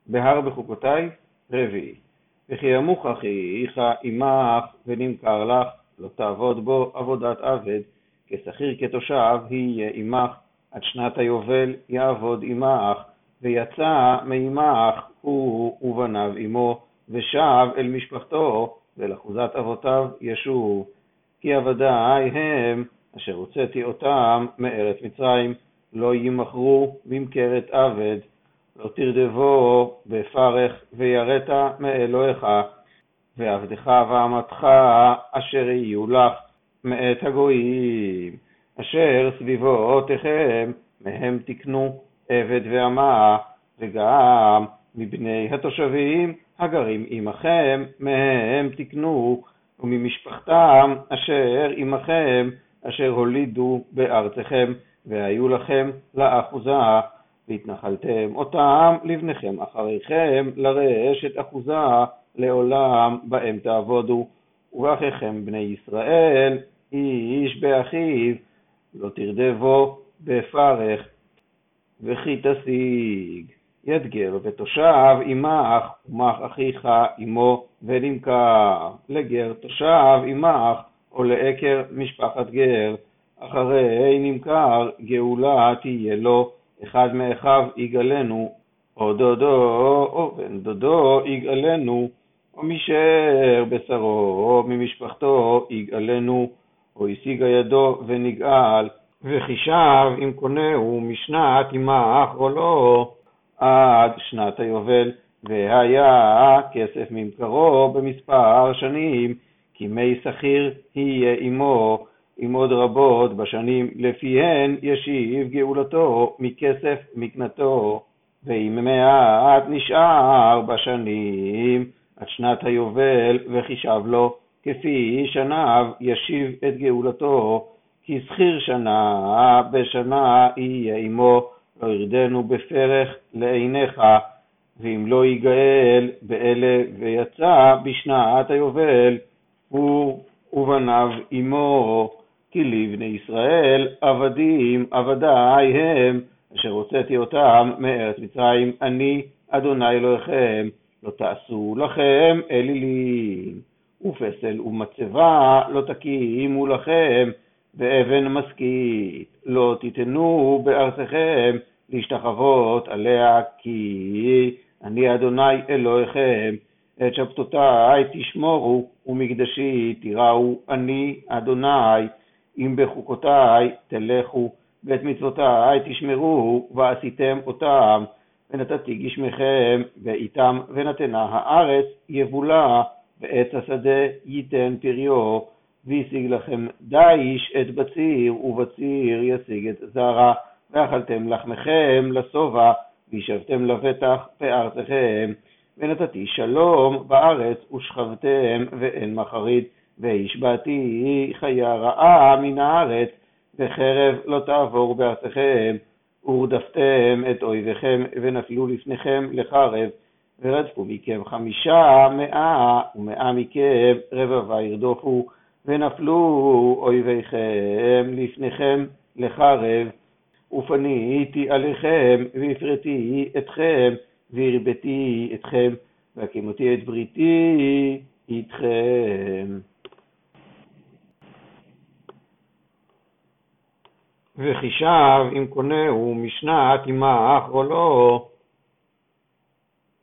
בהר בחוקותיי, רביעי. וכי ימוך אחיך עמך ונמכר לך, לא תעבוד בו עבודת עבד, כשכיר כתושב יהיה עמך, עד שנת היובל יעבוד עמך, ויצא מעמך הוא ובניו עמו, ושב אל משפחתו, ולאחוזת אבותיו ישוב. כי עבדיי הם, אשר הוצאתי אותם מארץ מצרים, לא ימכרו ממכרת עבד, לא תרדבו בפרך ויראת מאלוהיך, ועבדך ואמתך אשר יהיו לך מאת הגויים, אשר סביבותיכם, מהם תקנו עבד ואמה, וגם מבני התושבים הגרים עמכם, מהם תקנו, וממשפחתם אשר עמכם, אשר הולידו בארצכם, והיו לכם לאחוזה, והתנחלתם אותם לבניכם אחריכם לרשת אחוזה לעולם בהם תעבודו. ובאחיכם בני ישראל איש באחיו, לא תרדבו בפרך. וכי תשיג יד גר ותושב עמך, ומך אחיך עמו ונמכר לגר תושב עמך, או לעקר משפחת גר, אחרי נמכר גאולה תהיה לו, אחד מאחיו יגאלנו, או דודו או בן דודו יגאלנו, או משאר בשרו ממשפחתו יגאלנו, או השיג ידו ונגאל. וחישב אם קונהו משנת עמך או לא, עד שנת היובל, והיה כסף ממכרו במספר שנים, כי מי שכיר יהיה עמו, עם עוד רבות בשנים, לפיהן ישיב גאולתו מכסף מקנתו. ואם מעט נשאר בשנים, עד שנת היובל, וחישב לו כפי שניו, ישיב את גאולתו, כי שכיר שנה בשנה יהיה עמו, לא ירדנו בפרך לעיניך. ואם לא יגאל באלה ויצא בשנת היובל, הוא ובניו עמו, כי לבני ישראל עבדים עבדיי הם, אשר הוצאתי אותם מארץ מצרים, אני אדוני אלוהיכם, לא תעשו לכם אלילים, ופסל ומצבה לא תקימו לכם, ואבן משכית לא תיתנו בארצכם להשתחוות עליה, כי אני אדוני אלוהיכם. את שבתותיי תשמורו ומקדשי תיראו, אני אדוני. אם בחוקותיי תלכו ואת מצוותיי תשמרו ועשיתם אותם, ונתתי גשמכם ואיתם, ונתנה הארץ יבולה, ועץ השדה ייתן פריו, וישיג לכם דיש את בציר, ובציר ישיג את זרע, ואכלתם לחמכם לשובע, וישבתם לבטח בארצכם. ונתתי שלום בארץ, ושכבתם ואין מחריד, והשבעתי חיה רעה מן הארץ, וחרב לא תעבור בארצכם. ורדפתם את אויביכם, ונפלו לפניכם לחרב, ורדפו מכם 500, ו100 מכם רבבה ירדופו, ונפלו אויביכם לפניכם לחרב. ופניתי עליכם, והפרתי אתכם, והרביתי אתכם, והקימותי את בריתי איתכם. וחישב אם קונהו משנת עמך או לא,